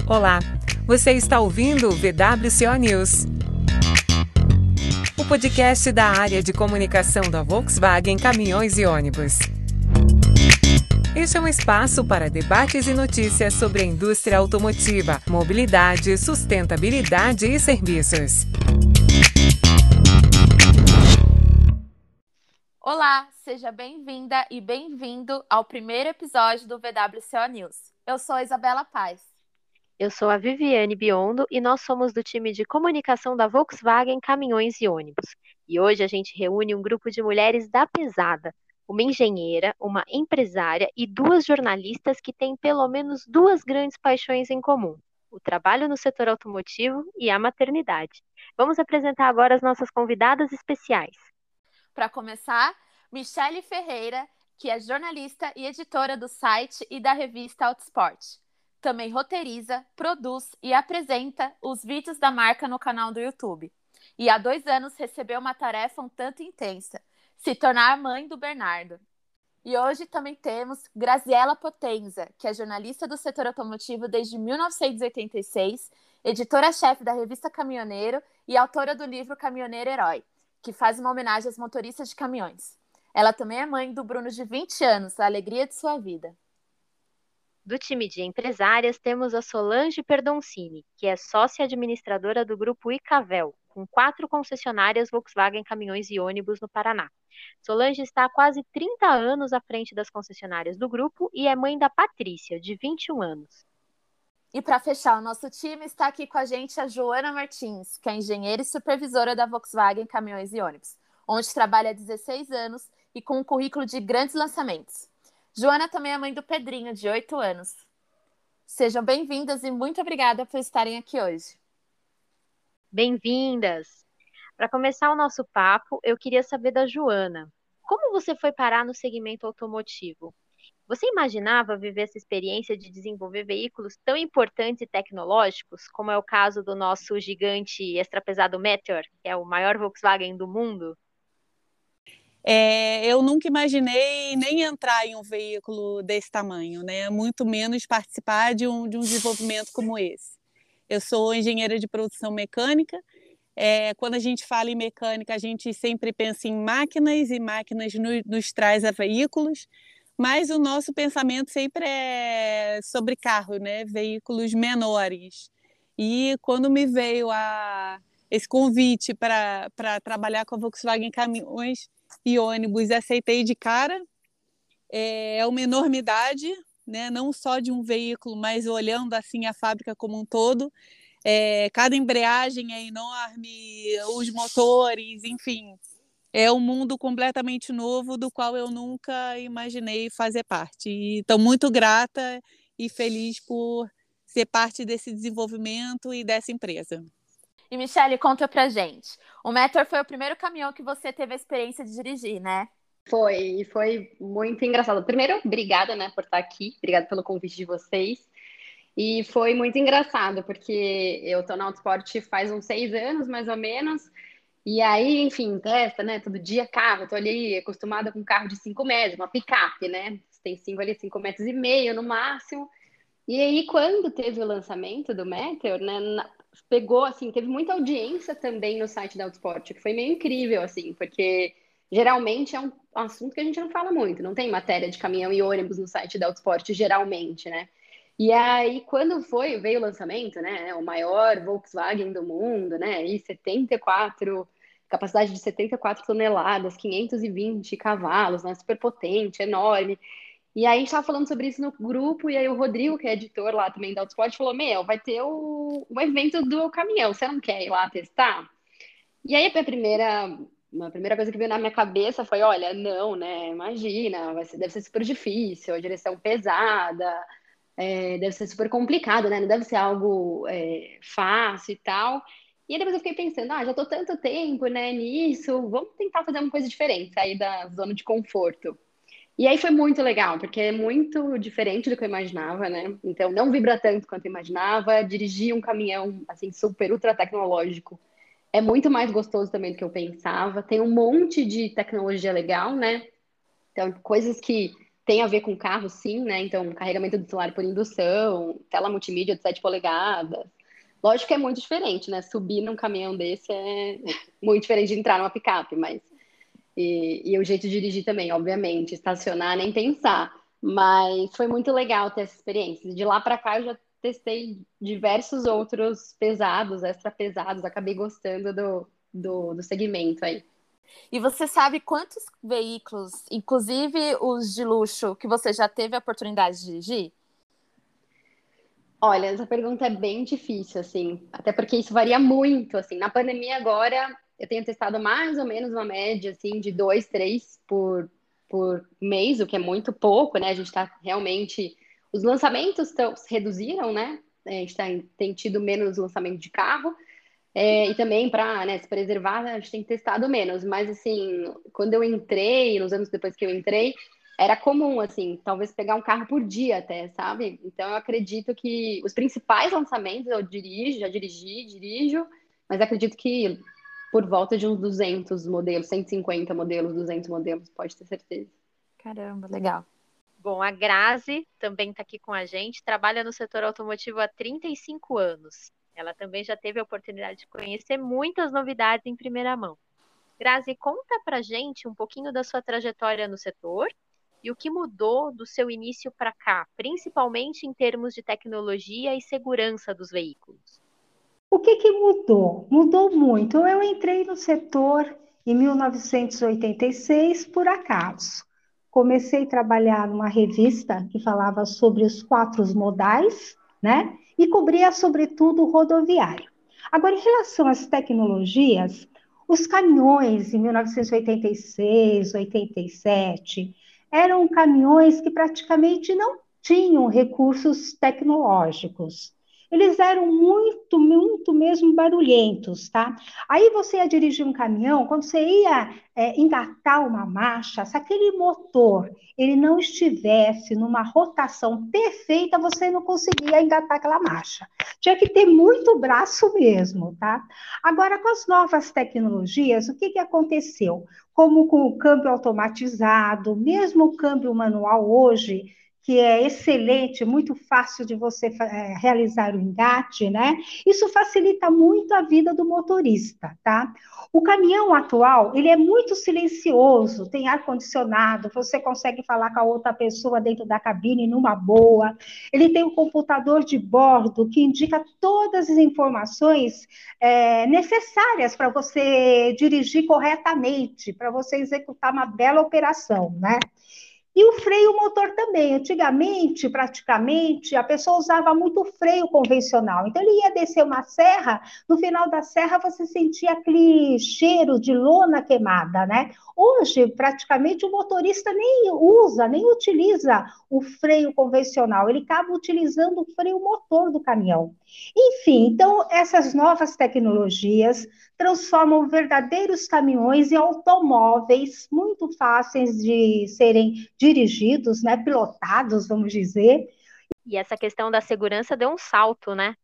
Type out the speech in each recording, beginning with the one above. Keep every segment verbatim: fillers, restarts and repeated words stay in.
Olá, você está ouvindo o V W C O News, o podcast da área de comunicação da Volkswagen Caminhões e Ônibus. Este é um espaço para debates e notícias sobre a indústria automotiva, mobilidade, sustentabilidade e serviços. Olá, seja bem-vinda e bem-vindo ao primeiro episódio do V W C O News. Eu sou a Isabela Paz. Eu sou a Viviane Biondo e nós somos do time de comunicação da Volkswagen Caminhões e Ônibus. E hoje a gente reúne um grupo de mulheres da pesada, uma engenheira, uma empresária e duas jornalistas que têm pelo menos duas grandes paixões em comum: o trabalho no setor automotivo e a maternidade. Vamos apresentar agora as nossas convidadas especiais. Para começar, Michele Ferreira, que é jornalista e editora do site e da revista Autosport. Também roteiriza, produz e apresenta os vídeos da marca no canal do YouTube. E há dois anos recebeu uma tarefa um tanto intensa: se tornar mãe do Bernardo. E hoje também temos Graziela Potenza, que é jornalista do setor automotivo desde mil novecentos e oitenta e seis, editora-chefe da revista Caminhoneiro e autora do livro Caminhoneiro Herói, que faz uma homenagem aos motoristas de caminhões. Ela também é mãe do Bruno, de vinte anos, a alegria de sua vida. Do time de empresárias, temos a Solange Perdoncini, que é sócia administradora do grupo Icavel, com quatro concessionárias Volkswagen Caminhões e Ônibus no Paraná. Solange está há quase trinta anos à frente das concessionárias do grupo e é mãe da Patrícia, de vinte e um anos. E para fechar o nosso time, está aqui com a gente a Joana Martins, que é engenheira e supervisora da Volkswagen Caminhões e Ônibus, onde trabalha há dezesseis anos e com um currículo de grandes lançamentos. Joana também é mãe do Pedrinho, de oito anos. Sejam bem-vindas e muito obrigada por estarem aqui hoje. Bem-vindas! Para começar o nosso papo, eu queria saber da Joana. Como você foi parar no segmento automotivo? Você imaginava viver essa experiência de desenvolver veículos tão importantes e tecnológicos, como é o caso do nosso gigante extrapesado Meteor, que é o maior Volkswagen do mundo? É, eu nunca imaginei nem entrar em um veículo desse tamanho, né? Muito menos participar de um, de um desenvolvimento como esse. Eu sou engenheira de produção mecânica. É, quando a gente fala em mecânica, a gente sempre pensa em máquinas, e máquinas no, nos traz a veículos, mas o nosso pensamento sempre é sobre carro, né? Veículos menores. E quando me veio a, esse convite para trabalhar com a Volkswagen Caminhões e Ônibus, aceitei de cara. É uma enormidade, né? Não só de um veículo, mas olhando assim a fábrica como um todo. É, cada embreagem é enorme, os motores, enfim, é um mundo completamente novo do qual eu nunca imaginei fazer parte. E estou muito grata e feliz por ser parte desse desenvolvimento e dessa empresa. E Michele, conta pra gente. O Meteor foi o primeiro caminhão que você teve a experiência de dirigir, né? Foi, e foi muito engraçado. Primeiro, obrigada, né, por estar aqui. Obrigada pelo convite de vocês. E foi muito engraçado, porque eu tô na Autosport faz uns seis anos, mais ou menos. E aí, enfim, testa, né, todo dia carro. Eu tô ali acostumada com um carro de cinco metros, uma picape, né? Tem cinco ali, cinco metros e meio no máximo. E aí, quando teve o lançamento do Meteor, né, na- pegou, assim, teve muita audiência também no site da Autosport, que foi meio incrível, assim, porque geralmente é um assunto que a gente não fala muito, não tem matéria de caminhão e ônibus no site da Autosport, geralmente, né? E aí, quando foi, veio o lançamento, né, o maior Volkswagen do mundo, né, e setenta e quatro, capacidade de setenta e quatro toneladas, quinhentos e vinte cavalos, né, super potente, enorme. E aí a gente tava falando sobre isso no grupo, e aí o Rodrigo, que é editor lá também da Autosport, falou: Meu, vai ter o, o evento do caminhão, você não quer ir lá testar? E aí a primeira, a primeira coisa que veio na minha cabeça foi: olha, não, né? Imagina, vai ser, deve ser super difícil, a direção pesada, é, deve ser super complicado, né? Não deve ser algo é, fácil e tal. E aí depois eu fiquei pensando: ah, já tô tanto tempo, né, nisso, vamos tentar fazer uma coisa diferente, sair da zona de conforto. E aí foi muito legal, porque é muito diferente do que eu imaginava, né? Então não vibra tanto quanto eu imaginava. Dirigir um caminhão assim super ultra tecnológico é muito mais gostoso também do que eu pensava. Tem um monte de tecnologia legal, né? Então coisas que tem a ver com carro, sim, né? Então, carregamento do celular por indução, tela multimídia de sete polegadas. Lógico que é muito diferente, né? Subir num caminhão desse é muito diferente de entrar numa picape, mas... E, e o jeito de dirigir também, obviamente. Estacionar, nem pensar. Mas foi muito legal ter essa experiência. De lá para cá, eu já testei diversos outros pesados, extra pesados. Acabei gostando do, do, do segmento aí. E você sabe quantos veículos, inclusive os de luxo, que você já teve a oportunidade de dirigir? Olha, essa pergunta é bem difícil, assim, até porque isso varia muito, assim. Na pandemia agora, eu tenho testado mais ou menos uma média, assim, de dois, três por, por mês, o que é muito pouco, né? A gente está realmente... Os lançamentos tão, se reduziram, né? A gente tá, tem tido menos lançamento de carro, é, e também para, né, se preservar, a gente tem testado menos. Mas, assim, quando eu entrei, nos anos depois que eu entrei, era comum, assim, talvez pegar um carro por dia até, sabe? Então, eu acredito que os principais lançamentos eu dirijo, já dirigi, dirijo, mas acredito que por volta de uns duzentos modelos, cento e cinquenta modelos, duzentos modelos, pode ter certeza. Caramba, legal. Bom, a Grazi também está aqui com a gente, trabalha no setor automotivo há trinta e cinco anos. Ela também já teve a oportunidade de conhecer muitas novidades em primeira mão. Grazi, conta pra gente um pouquinho da sua trajetória no setor e o que mudou do seu início para cá, principalmente em termos de tecnologia e segurança dos veículos. O que que mudou? Mudou muito. Eu entrei no setor em mil novecentos e oitenta e seis por acaso. Comecei a trabalhar numa revista que falava sobre os quatro modais, né? E cobria sobretudo o rodoviário. Agora, em relação às tecnologias, os caminhões em mil novecentos e oitenta e seis, oitenta e sete, eram caminhões que praticamente não tinham recursos tecnológicos. Eles eram muito, muito mesmo barulhentos, tá? Aí você ia dirigir um caminhão, quando você ia é, engatar uma marcha, se aquele motor ele não estivesse numa rotação perfeita, você não conseguia engatar aquela marcha. Tinha que ter muito braço mesmo, tá? Agora, com as novas tecnologias, o que que aconteceu? Como com o câmbio automatizado, mesmo o câmbio manual hoje, que é excelente, muito fácil de você é, realizar o engate, né? Isso facilita muito a vida do motorista, tá? O caminhão atual, ele é muito silencioso, tem ar-condicionado, você consegue falar com a outra pessoa dentro da cabine numa boa, ele tem um computador de bordo que indica todas as informações é, necessárias para você dirigir corretamente, para você executar uma bela operação, né? E o freio motor também. Antigamente, praticamente, a pessoa usava muito freio convencional. Então, ele ia descer uma serra, no final da serra você sentia aquele cheiro de lona queimada, né? Hoje, praticamente, o motorista nem usa, nem utiliza o freio convencional. Ele acaba utilizando o freio motor do caminhão. Enfim, então, essas novas tecnologias transformam verdadeiros caminhões em automóveis muito fáceis de serem dirigidos, né, pilotados, vamos dizer. E essa questão da segurança deu um salto, né?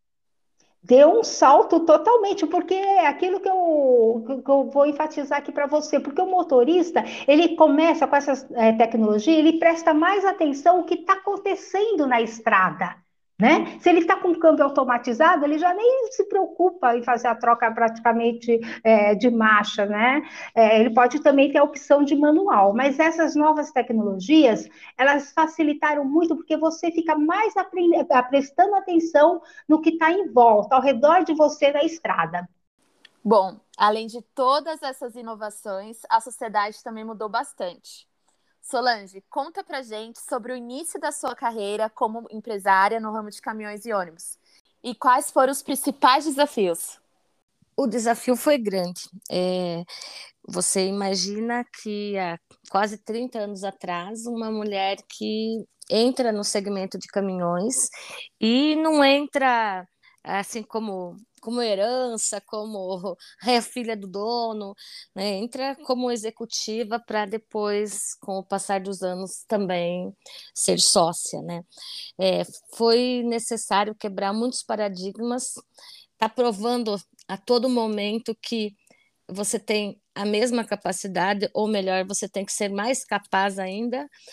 Deu um salto totalmente, porque é aquilo que eu, que eu vou enfatizar aqui para você, porque o motorista, ele começa com essa é, tecnologia, ele presta mais atenção ao que está acontecendo na estrada, né? Se ele está com o câmbio automatizado, ele já nem se preocupa em fazer a troca praticamente é, de marcha, né? É, ele pode também ter a opção de manual, mas essas novas tecnologias, elas facilitaram muito, porque você fica mais prestando atenção no que está em volta, ao redor de você na estrada. Bom, além de todas essas inovações, a sociedade também mudou bastante. Solange, conta pra gente sobre o início da sua carreira como empresária no ramo de caminhões e ônibus. E quais foram os principais desafios? O desafio foi grande. É, você imagina que há quase trinta anos atrás, uma mulher que entra no segmento de caminhões e não entra assim como... como herança, como é filha do dono, né? Entra como executiva para depois, com o passar dos anos, também ser sócia, né? É, foi necessário quebrar muitos paradigmas, está provando a todo momento que você tem a mesma capacidade, ou melhor, você tem que ser mais capaz ainda,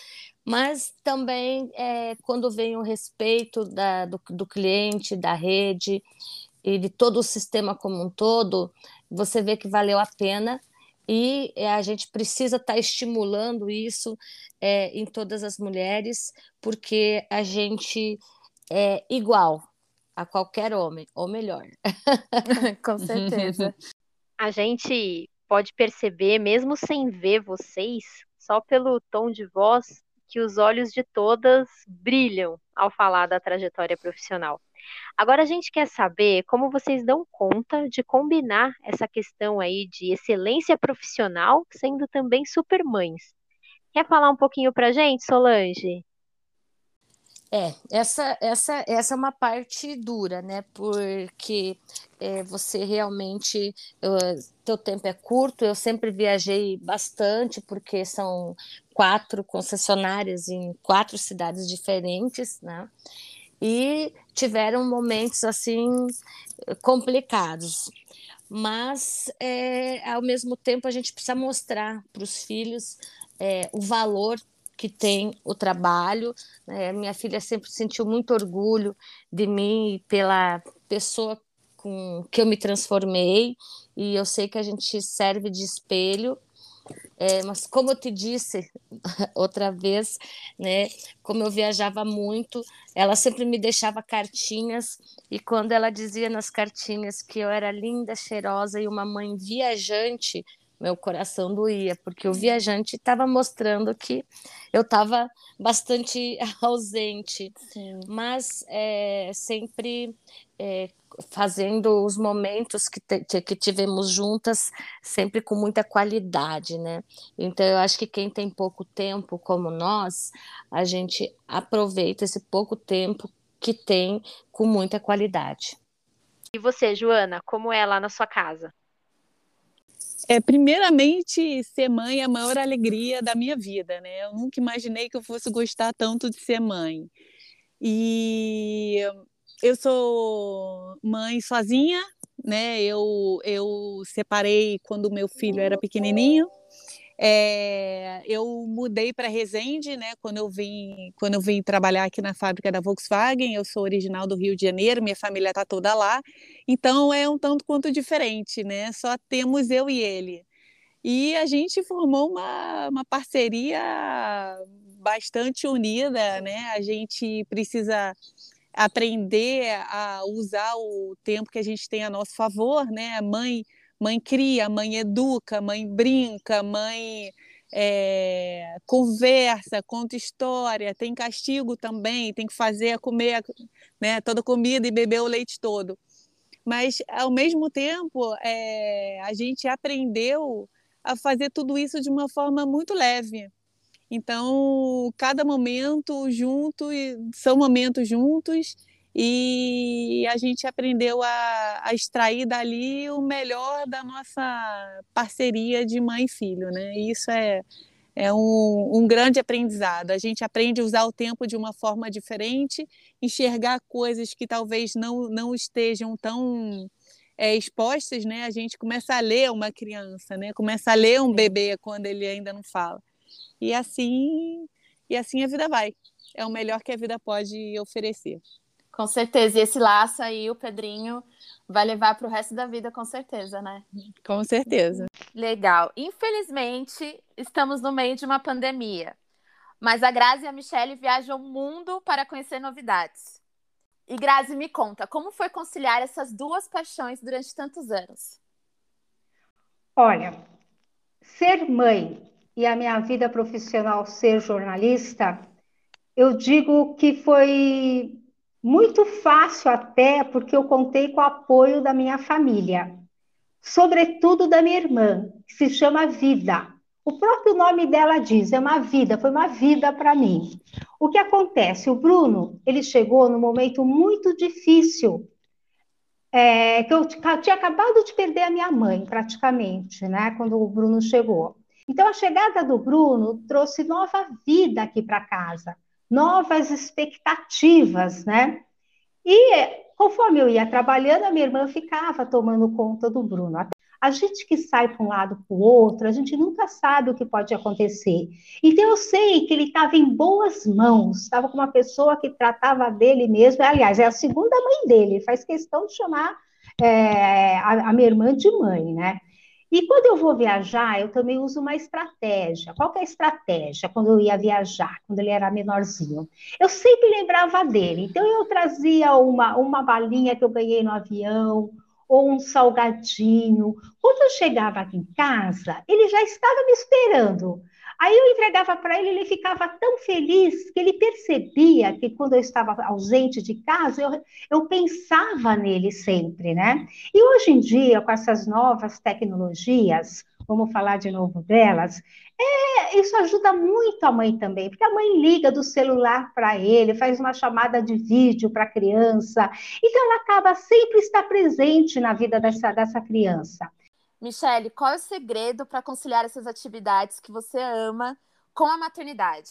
mas também é, quando vem o respeito da, do, do cliente, da rede e de todo o sistema como um todo, você vê que valeu a pena e é, a gente precisa estar estimulando isso é, em todas as mulheres, porque a gente é igual a qualquer homem, ou melhor. Com certeza. A gente pode perceber, mesmo sem ver vocês, só pelo tom de voz, que os olhos de todas brilham ao falar da trajetória profissional. Agora a gente quer saber como vocês dão conta de combinar essa questão aí de excelência profissional, sendo também supermães. Quer falar um pouquinho pra gente, Solange? É, essa, essa, essa é uma parte dura, né? Porque é, você realmente, eu, teu tempo é curto, eu sempre viajei bastante, porque são quatro concessionárias em quatro cidades diferentes, né? E tiveram momentos assim complicados. Mas, é, ao mesmo tempo, a gente precisa mostrar para os filhos é, o valor que tem o trabalho. Né? Minha filha sempre sentiu muito orgulho de mim e pela pessoa com que eu me transformei, e eu sei que a gente serve de espelho. É, mas como eu te disse outra vez, né, como eu viajava muito, ela sempre me deixava cartinhas, e quando ela dizia nas cartinhas que eu era linda, cheirosa e uma mãe viajante, meu coração doía, porque o viajante estava mostrando que eu estava bastante ausente, Sim. mas é, sempre é, fazendo os momentos que, te, que tivemos juntas, sempre com muita qualidade, né? Então, eu acho que quem tem pouco tempo, como nós, a gente aproveita esse pouco tempo que tem com muita qualidade. E você, Joana, como é lá na sua casa? É, primeiramente, ser mãe é a maior alegria da minha vida, né? Eu nunca imaginei que eu fosse gostar tanto de ser mãe. E eu sou mãe sozinha, né? Eu, eu separei quando meu filho era pequenininho. É, eu mudei para Resende, né? Quando eu vim, quando eu vim trabalhar aqui na fábrica da Volkswagen. Eu sou original do Rio de Janeiro, minha família está toda lá. Então é um tanto quanto diferente, né? Só temos eu e ele. E a gente formou uma, uma parceria bastante unida, né? A gente precisa aprender a usar o tempo que a gente tem a nosso favor, né? Mãe, mãe cria, mãe educa, mãe brinca, mãe é, conversa, conta história, tem castigo também, tem que fazer comer, né, toda a comida e beber o leite todo. Mas, ao mesmo tempo, é, a gente aprendeu a fazer tudo isso de uma forma muito leve. Então, cada momento junto, são momentos juntos, e a gente aprendeu a, a extrair dali o melhor da nossa parceria de mãe e filho, né? E isso é, é um, um grande aprendizado. A gente aprende a usar o tempo de uma forma diferente, enxergar coisas que talvez não, não estejam tão é, expostas, né? A gente começa a ler uma criança, né? Começa a ler um bebê quando ele ainda não fala. E assim, e assim a vida vai. É o melhor que a vida pode oferecer. Com certeza. E esse laço aí, o Pedrinho, vai levar para o resto da vida, com certeza, né? Com certeza. Legal. Infelizmente, estamos no meio de uma pandemia. Mas a Grazi e a Michelle viajam o mundo para conhecer novidades. E Grazi, me conta, como foi conciliar essas duas paixões durante tantos anos? Olha, ser mãe e a minha vida profissional ser jornalista, eu digo que foi muito fácil até porque eu contei com o apoio da minha família, sobretudo da minha irmã, que se chama Vida. O próprio nome dela diz, é uma vida, foi uma vida para mim. O que acontece? O Bruno, ele chegou num momento muito difícil, é, que eu tinha acabado de perder a minha mãe, praticamente, né, quando o Bruno chegou. Então, a chegada do Bruno trouxe nova vida aqui para casa, novas expectativas, né? E conforme eu ia trabalhando, a minha irmã ficava tomando conta do Bruno. A gente que sai para um lado para o outro, a gente nunca sabe o que pode acontecer. Então, eu sei que ele estava em boas mãos, estava com uma pessoa que tratava dele mesmo. Aliás, é a segunda mãe dele, ele faz questão de chamar é, a, a minha irmã de mãe, né? E quando eu vou viajar, eu também uso uma estratégia. Qual que é a estratégia quando eu ia viajar, quando ele era menorzinho? Eu sempre lembrava dele. Então, eu trazia uma, uma balinha que eu ganhei no avião, ou um salgadinho. Quando eu chegava aqui em casa, ele já estava me esperando. Aí eu entregava para ele, ele ficava tão feliz que ele percebia que quando eu estava ausente de casa, eu, eu pensava nele sempre, né? E hoje em dia, com essas novas tecnologias, vamos falar de novo delas, é, isso ajuda muito a mãe também, porque a mãe liga do celular para ele, faz uma chamada de vídeo para a criança, então ela acaba sempre estar presente na vida dessa, dessa criança. Michele, qual é o segredo para conciliar essas atividades que você ama com a maternidade?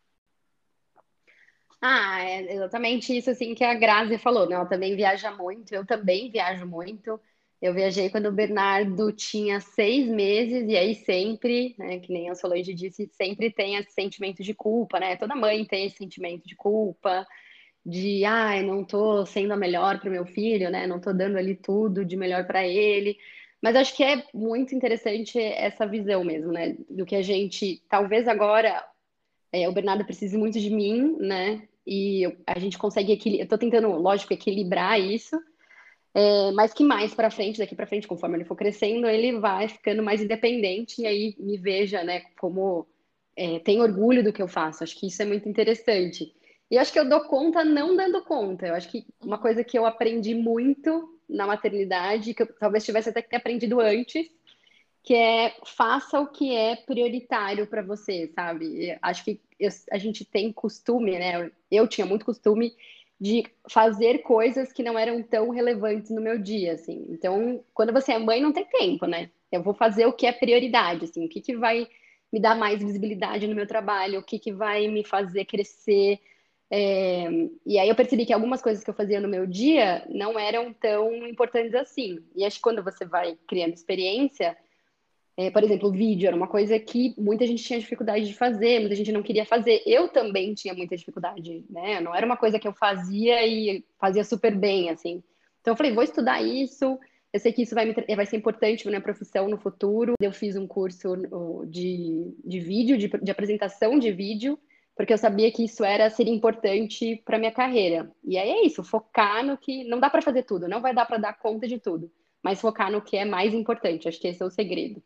Ah, é exatamente isso assim que a Grazi falou, né? Ela também viaja muito, eu também viajo muito. Eu viajei quando o Bernardo tinha seis meses, e aí sempre, né, que nem a Solange disse, sempre tem esse sentimento de culpa, né? Toda mãe tem esse sentimento de culpa, de, ai, não tô sendo a melhor para o meu filho, né? Não tô dando ali tudo de melhor para ele. Mas acho que é muito interessante essa visão mesmo, né? Do que a gente, talvez agora, é, o Bernardo precise muito de mim, né? E eu- a gente consegue equilibrar. Eu tô tentando, lógico, equilibrar isso, é, mas que mais para frente, daqui para frente, conforme ele for crescendo, ele vai ficando mais independente e aí me veja, né, como é, tem orgulho do que eu faço. Acho que isso é muito interessante. E eu acho que eu dou conta não dando conta. Eu acho que uma coisa que eu aprendi muito na maternidade, que eu talvez tivesse até que ter aprendido antes, que é faça o que é prioritário para você, sabe? E acho que eu- a gente tem costume, né? Eu tinha muito costume de fazer coisas que não eram tão relevantes no meu dia, assim. Então, quando você é mãe, não tem tempo, né? Eu vou fazer o que é prioridade, assim, o que que vai me dar mais visibilidade no meu trabalho, o que que vai me fazer crescer. É, E aí eu percebi que algumas coisas que eu fazia no meu dia não eram tão importantes assim. E acho que quando você vai criando experiência, é, por exemplo, o vídeo era uma coisa que muita gente tinha dificuldade de fazer, muita gente não queria fazer. Eu também tinha muita dificuldade, né? Não era uma coisa que eu fazia e fazia super bem, assim. Então eu falei, vou estudar isso. Eu sei que isso vai, me, tra- vai ser importante na minha profissão no futuro. Eu fiz um curso no- de, de vídeo, de, de apresentação de vídeo, porque eu sabia que isso era seria importante para minha carreira. E aí é isso, focar no que não dá para fazer tudo, não vai dar para dar conta de tudo, mas focar no que é mais importante. Acho que esse é o segredo.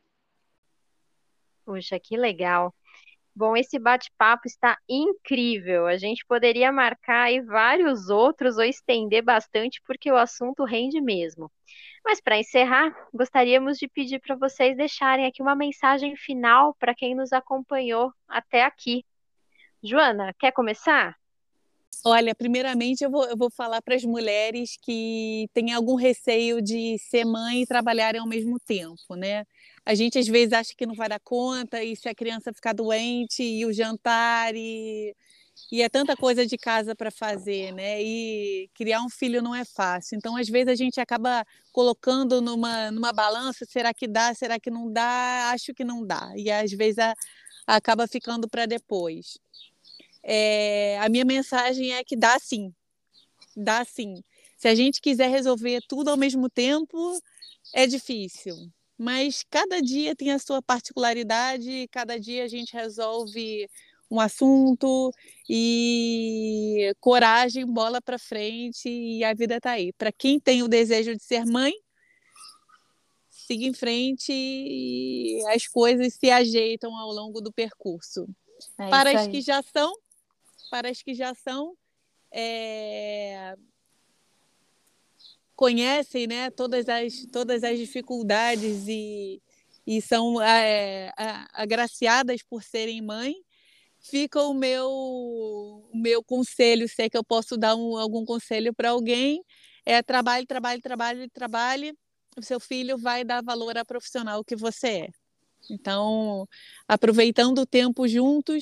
Puxa, que legal. Bom, esse bate-papo está incrível. A gente poderia marcar aí vários outros ou estender bastante, porque o assunto rende mesmo. Mas para encerrar, gostaríamos de pedir para vocês deixarem aqui uma mensagem final para quem nos acompanhou até aqui. Joana, quer começar? Olha, primeiramente eu vou, eu vou falar para as mulheres que têm algum receio de ser mãe e trabalharem ao mesmo tempo, né? A gente às vezes acha que não vai dar conta, e se a criança ficar doente, e o jantar, e, e é tanta coisa de casa para fazer, né? E criar um filho não é fácil. Então, às vezes, a gente acaba colocando numa, numa balança, será que dá, será que não dá? Acho que não dá. E às vezes a, acaba ficando para depois. É, a minha mensagem é que dá sim, dá sim. Se a gente quiser resolver tudo ao mesmo tempo, é difícil. Mas cada dia tem a sua particularidade, cada dia a gente resolve um assunto e coragem, bola para frente e a vida está aí. Para quem tem o desejo de ser mãe, siga em frente e as coisas se ajeitam ao longo do percurso. É Para isso as aí. que já são, para as que já são, é, conhecem, né, todas as, todas as dificuldades e, e são é, agraciadas por serem mãe, fica o meu, o meu conselho, se é que eu posso dar um, algum conselho para alguém, é trabalhe, trabalhe, trabalhe, trabalhe, o seu filho vai dar valor à profissional que você é. Então, aproveitando o tempo juntos,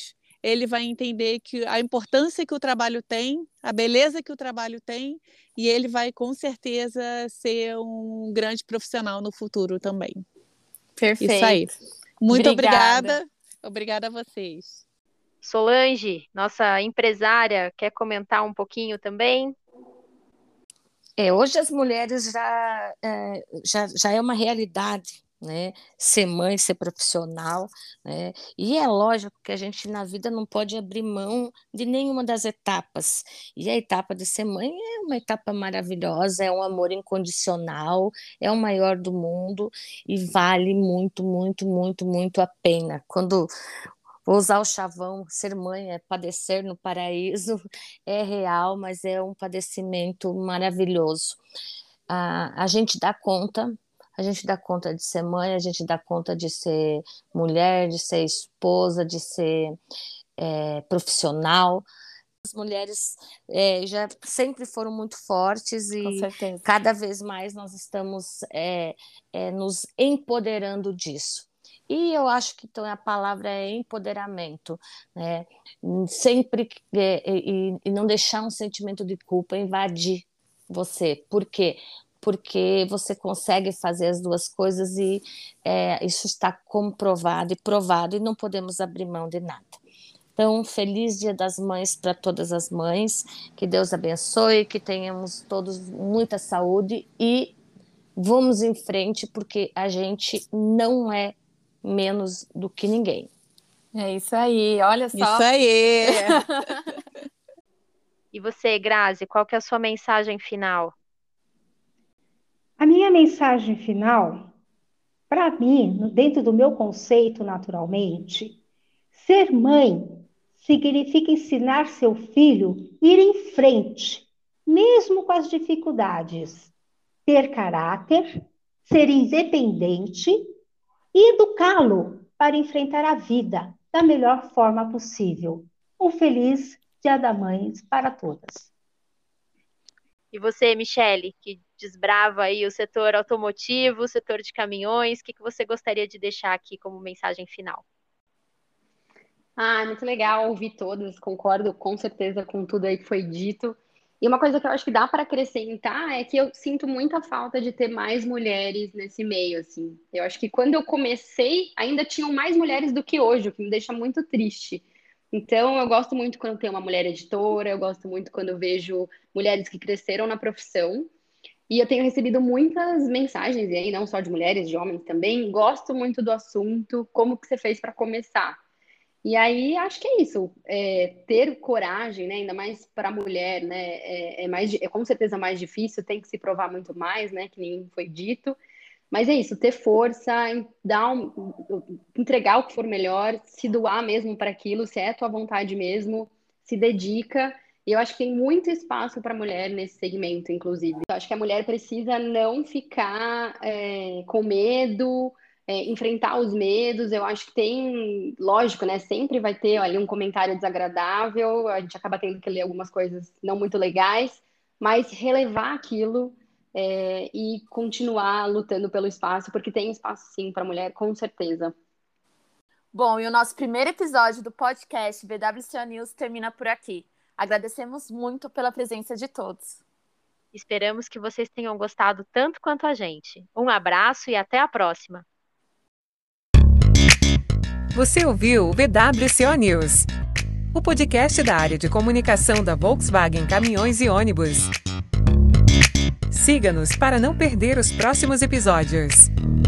ele vai entender que a importância que o trabalho tem, a beleza que o trabalho tem, e ele vai com certeza ser um grande profissional no futuro também. Perfeito. Isso aí. Muito Obrigada. obrigada. Obrigada a vocês. Solange, nossa empresária, quer comentar um pouquinho também? É, hoje as mulheres já é, já, já é uma realidade, né? Ser mãe, ser profissional, né? E é lógico que a gente na vida não pode abrir mão de nenhuma das etapas. E a etapa de ser mãe é uma etapa maravilhosa, é um amor incondicional, é o maior do mundo e vale muito, muito, muito, muito a pena. Quando vou usar o chavão, ser mãe é padecer no paraíso, é real, mas é um padecimento maravilhoso. A, a gente dá conta, a gente dá conta de ser mãe, a gente dá conta de ser mulher, de ser esposa, de ser é, profissional. As mulheres é, já sempre foram muito fortes Com e certeza. cada vez mais nós estamos é, é, nos empoderando disso. E eu acho que então a palavra é empoderamento, né? Sempre é, e, e não deixar um sentimento de culpa invadir você. Por quê? Porque você consegue fazer as duas coisas e é, isso está comprovado e provado e não podemos abrir mão de nada. Então, feliz Dia das Mães para todas as mães, que Deus abençoe, que tenhamos todos muita saúde e vamos em frente, porque a gente não é menos do que ninguém. É isso aí, olha só. Isso aí. E você, Grazi, qual que é a sua mensagem final? A minha mensagem final, para mim, dentro do meu conceito, naturalmente, ser mãe significa ensinar seu filho a ir em frente, mesmo com as dificuldades, ter caráter, ser independente e educá-lo para enfrentar a vida da melhor forma possível. Um feliz Dia das Mães para todas. E você, Michele, que desbrava aí o setor automotivo, o setor de caminhões, o que, que você gostaria de deixar aqui como mensagem final? Ah, muito legal ouvir todas, concordo com certeza com tudo aí que foi dito. E uma coisa que eu acho que dá para acrescentar é que eu sinto muita falta de ter mais mulheres nesse meio, assim. Eu acho que quando eu comecei, ainda tinham mais mulheres do que hoje, o que me deixa muito triste. Então, eu gosto muito quando tem uma mulher editora, eu gosto muito quando eu vejo mulheres que cresceram na profissão. E eu tenho recebido muitas mensagens, e aí não só de mulheres, de homens também. Gosto muito do assunto, como que você fez para começar? E aí, acho que é isso, é, ter coragem, né, ainda mais para a mulher, né, é, é, mais, é com certeza mais difícil, tem que se provar muito mais, né, que nem foi dito, mas é isso, ter força, dar um, entregar o que for melhor, se doar mesmo para aquilo, se é a tua vontade mesmo, se dedica, e eu acho que tem muito espaço para a mulher nesse segmento, inclusive. Eu acho que a mulher precisa não ficar é, com medo, É, enfrentar os medos. Eu acho que tem, lógico, né? Sempre vai ter ali um comentário desagradável, a gente acaba tendo que ler algumas coisas não muito legais, mas relevar aquilo é, e continuar lutando pelo espaço, porque tem espaço sim para a mulher, com certeza. Bom, e o nosso primeiro episódio do podcast V W C O News termina por aqui. Agradecemos muito pela presença de todos. Esperamos que vocês tenham gostado tanto quanto a gente. Um abraço e até a próxima! Você ouviu o V W C O News, o podcast da área de comunicação da Volkswagen Caminhões e Ônibus. Siga-nos para não perder os próximos episódios.